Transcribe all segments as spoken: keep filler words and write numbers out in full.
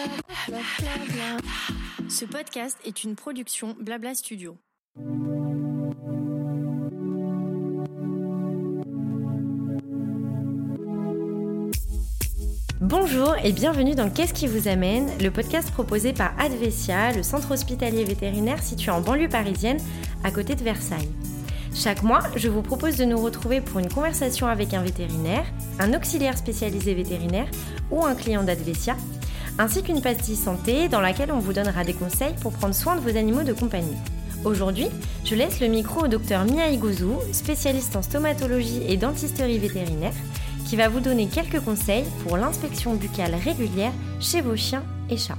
Ce podcast est une production Blabla Studio. Bonjour et bienvenue dans Qu'est-ce qui vous amène, le podcast proposé par Advesia, le centre hospitalier vétérinaire situé en banlieue parisienne, à côté de Versailles. Chaque mois, je vous propose de nous retrouver pour une conversation avec un vétérinaire, un auxiliaire spécialisé vétérinaire ou un client d'Advesia, ainsi qu'une pastille santé dans laquelle on vous donnera des conseils pour prendre soin de vos animaux de compagnie. Aujourd'hui, je laisse le micro au docteur Mia Igouzou, spécialiste en stomatologie et dentisterie vétérinaire, qui va vous donner quelques conseils pour l'inspection buccale régulière chez vos chiens et chats.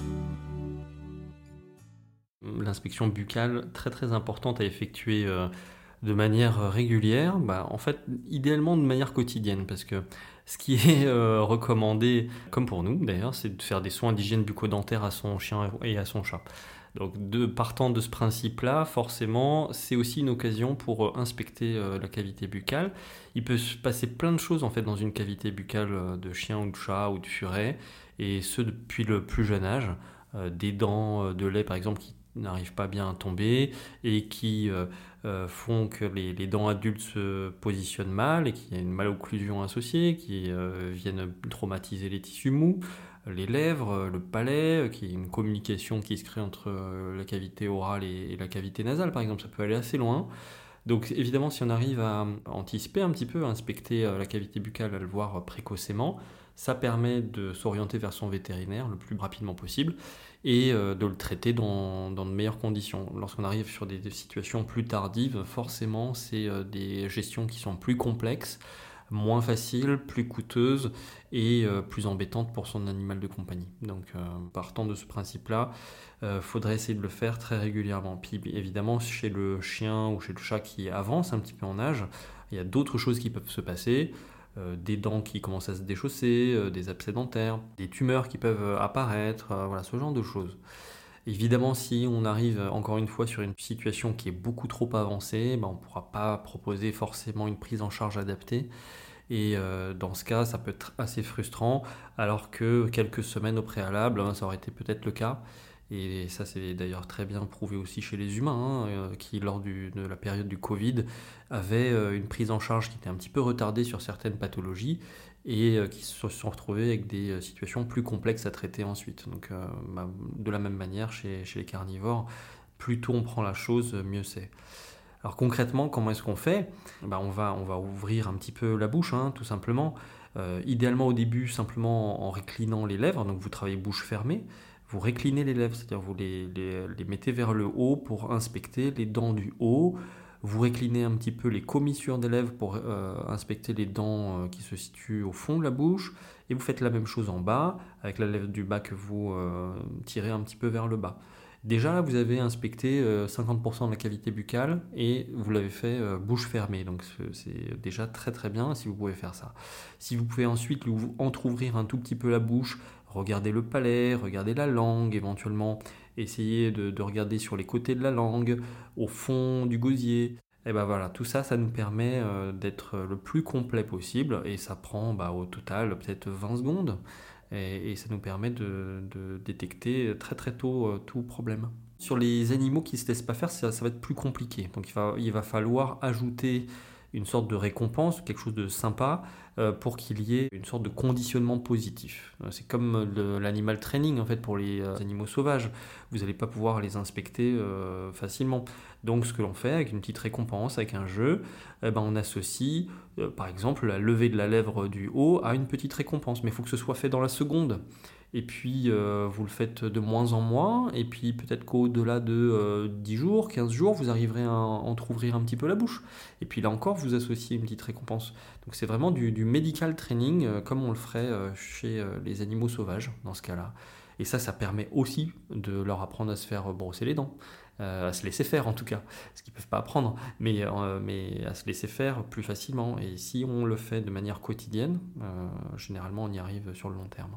L'inspection buccale, très très importante à effectuer euh, de manière régulière, bah, en fait idéalement de manière quotidienne, parce que ce qui est euh, recommandé, comme pour nous d'ailleurs, c'est de faire des soins d'hygiène bucco-dentaire à son chien et à son chat. Donc de, partant de ce principe-là, forcément, c'est aussi une occasion pour euh, inspecter euh, la cavité buccale. Il peut se passer plein de choses en fait dans une cavité buccale euh, de chien ou de chat ou de furet, et ce depuis le plus jeune âge. Euh, des dents euh, de lait par exemple qui n'arrivent pas bien à tomber et qui euh, euh, font que les, les dents adultes se positionnent mal et qu'il y a une malocclusion associée, qui euh, viennent traumatiser les tissus mous, les lèvres, le palais, qui est une communication qui se crée entre euh, la cavité orale et, et la cavité nasale par exemple, ça peut aller assez loin. Donc évidemment, si on arrive à anticiper un petit peu, à inspecter la cavité buccale, à le voir précocement, ça permet de s'orienter vers son vétérinaire le plus rapidement possible et de le traiter dans, dans de meilleures conditions. Lorsqu'on arrive sur des situations plus tardives, forcément, c'est des gestions qui sont plus complexes, moins faciles, plus coûteuses et euh, plus embêtantes pour son animal de compagnie. Donc euh, partant de ce principe-là, il euh, faudrait essayer de le faire très régulièrement. Puis évidemment, chez le chien ou chez le chat qui avance un petit peu en âge, il y a d'autres choses qui peuvent se passer, euh, des dents qui commencent à se déchausser, euh, des abcès dentaires, des tumeurs qui peuvent apparaître, euh, voilà, ce genre de choses. Évidemment, si on arrive encore une fois sur une situation qui est beaucoup trop avancée, ben on ne pourra pas proposer forcément une prise en charge adaptée. Et euh, dans ce cas, ça peut être assez frustrant, alors que quelques semaines au préalable, hein, ça aurait été peut-être le cas. Et ça, c'est d'ailleurs très bien prouvé aussi chez les humains, hein, euh, qui, lors du, de la période du Covid, avaient euh, une prise en charge qui était un petit peu retardée sur certaines pathologies et euh, qui se sont retrouvés avec des euh, situations plus complexes à traiter ensuite. Donc, euh, bah, de la même manière, chez, chez les carnivores, plus tôt on prend la chose, mieux c'est. Alors concrètement, comment est-ce qu'on fait ? bah, on, va, on va ouvrir un petit peu la bouche, hein, tout simplement. Euh, idéalement au début, simplement en réclinant les lèvres. Donc vous travaillez bouche fermée. Vous réclinez les lèvres, c'est-à-dire vous les, les, les mettez vers le haut pour inspecter les dents du haut. Vous réclinez un petit peu les commissures des lèvres pour euh, inspecter les dents euh, qui se situent au fond de la bouche. Et vous faites la même chose en bas, avec la lèvre du bas que vous euh, tirez un petit peu vers le bas. Déjà, là, vous avez inspecté euh, cinquante pour cent de la cavité buccale et vous l'avez fait euh, bouche fermée. Donc, c'est déjà très très bien si vous pouvez faire ça. Si vous pouvez ensuite entrouvrir un tout petit peu la bouche, regarder le palais, regarder la langue éventuellement, essayer de, de regarder sur les côtés de la langue, au fond du gosier. Et ben voilà, tout ça, ça nous permet euh, d'être le plus complet possible et ça prend bah, au total peut-être vingt secondes. Et, et ça nous permet de, de détecter très très tôt euh, tout problème. Sur les animaux qui ne se laissent pas faire, ça, ça va être plus compliqué. Donc il va, il va falloir ajouter une sorte de récompense, quelque chose de sympa, euh, pour qu'il y ait une sorte de conditionnement positif. C'est comme le, l'animal training en fait pour les euh, animaux sauvages. Vous n'allez pas pouvoir les inspecter euh, facilement. Donc ce que l'on fait avec une petite récompense, avec un jeu, eh ben, on associe euh, par exemple la levée de la lèvre du haut à une petite récompense. Mais il faut que ce soit fait dans la seconde. Et puis euh, vous le faites de moins en moins, et puis peut-être qu'au-delà de euh, dix jours, quinze jours, vous arriverez à entrouvrir un petit peu la bouche. Et puis là encore, vous associez une petite récompense. Donc c'est vraiment du, du medical training, euh, comme on le ferait euh, chez euh, les animaux sauvages, dans ce cas-là. Et ça, ça permet aussi de leur apprendre à se faire brosser les dents, euh, à se laisser faire en tout cas, ce qu'ils ne peuvent pas apprendre, mais, euh, mais à se laisser faire plus facilement. Et si on le fait de manière quotidienne, euh, généralement on y arrive sur le long terme.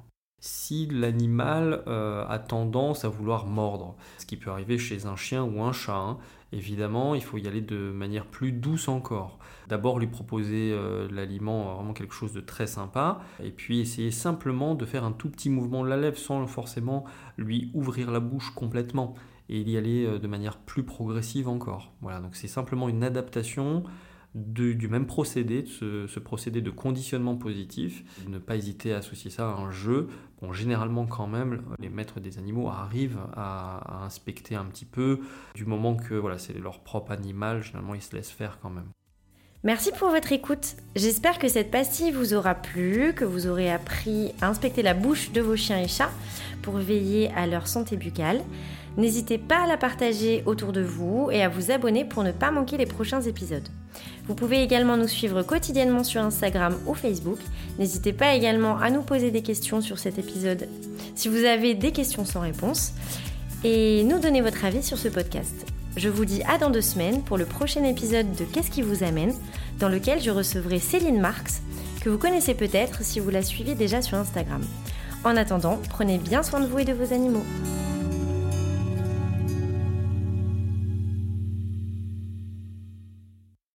si l'animal euh, a tendance à vouloir mordre, ce qui peut arriver chez un chien ou un chat. Hein. Évidemment, il faut y aller de manière plus douce encore. D'abord lui proposer euh, de l'aliment, vraiment quelque chose de très sympa, et puis essayer simplement de faire un tout petit mouvement de la lèvre sans forcément lui ouvrir la bouche complètement, et y aller euh, de manière plus progressive encore. Voilà, donc c'est simplement une adaptation de, du même procédé, de ce, ce procédé de conditionnement positif. Ne pas hésiter à associer ça à un jeu. Bon, généralement quand même, les maîtres des animaux arrivent à, à inspecter un petit peu. Du moment que voilà, c'est leur propre animal, généralement ils se laissent faire quand même. Merci pour votre écoute. J'espère que cette pastille vous aura plu, que vous aurez appris à inspecter la bouche de vos chiens et chats pour veiller à leur santé buccale. N'hésitez pas à la partager autour de vous et à vous abonner pour ne pas manquer les prochains épisodes. Vous pouvez également nous suivre quotidiennement sur Instagram ou Facebook. N'hésitez pas également à nous poser des questions sur cet épisode si vous avez des questions sans réponse et nous donner votre avis sur ce podcast. Je vous dis à dans deux semaines pour le prochain épisode de Qu'est-ce qui vous amène, dans lequel je recevrai Céline Marx, que vous connaissez peut-être si vous la suivez déjà sur Instagram. En attendant, prenez bien soin de vous et de vos animaux.